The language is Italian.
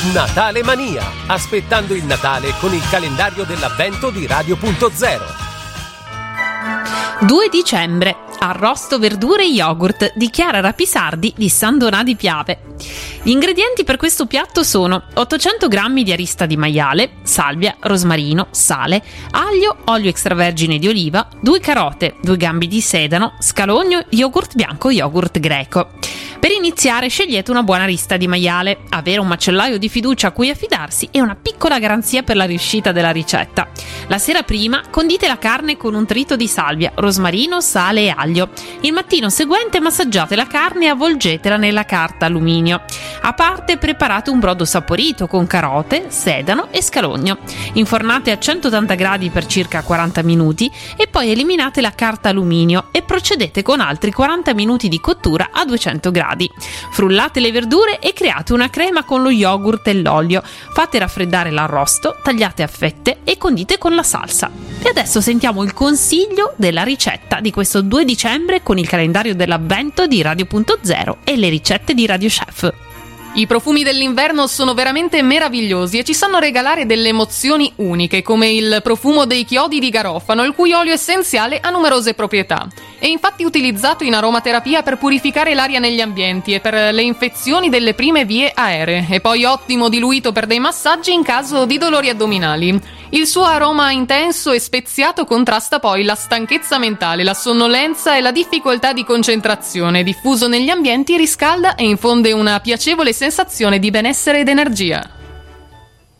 Natale Mania, aspettando il Natale con il calendario dell'avvento di Radio.0. 2 dicembre. Arrosto, verdure e yogurt di Chiara Rapisardi di San Donà di Piave. Gli ingredienti per questo piatto sono 800 g di arista di maiale, salvia, rosmarino, sale, aglio, olio extravergine di oliva, 2 carote, 2 gambi di sedano, scalogno, yogurt bianco, yogurt greco. Per iniziare scegliete una buona arista di maiale. Avere un macellaio di fiducia a cui affidarsi è una piccola garanzia per la riuscita della ricetta. La sera prima condite la carne con un trito di salvia, rosmarino, sale e aglio. Il mattino seguente massaggiate la carne e avvolgetela nella carta alluminio. A parte preparate un brodo saporito con carote, sedano e scalogno. Infornate a 180 gradi per circa 40 minuti e poi eliminate la carta alluminio e procedete con altri 40 minuti di cottura a 200 gradi. Frullate le verdure e create una crema con lo yogurt e l'olio. Fate raffreddare l'arrosto, tagliate a fette e condite con la salsa. E adesso sentiamo il consiglio della ricetta di questo 2 dicembre con il calendario dell'avvento di Radio.0 e le ricette di Radio Chef. I profumi dell'inverno sono veramente meravigliosi e ci sanno regalare delle emozioni uniche, come il profumo dei chiodi di garofano, il cui olio essenziale ha numerose proprietà. È infatti utilizzato in aromaterapia per purificare l'aria negli ambienti e per le infezioni delle prime vie aeree, e poi ottimo diluito per dei massaggi in caso di dolori addominali. Il suo aroma intenso e speziato contrasta poi la stanchezza mentale, la sonnolenza e la difficoltà di concentrazione. Diffuso negli ambienti riscalda e infonde una piacevole sensazione di benessere ed energia.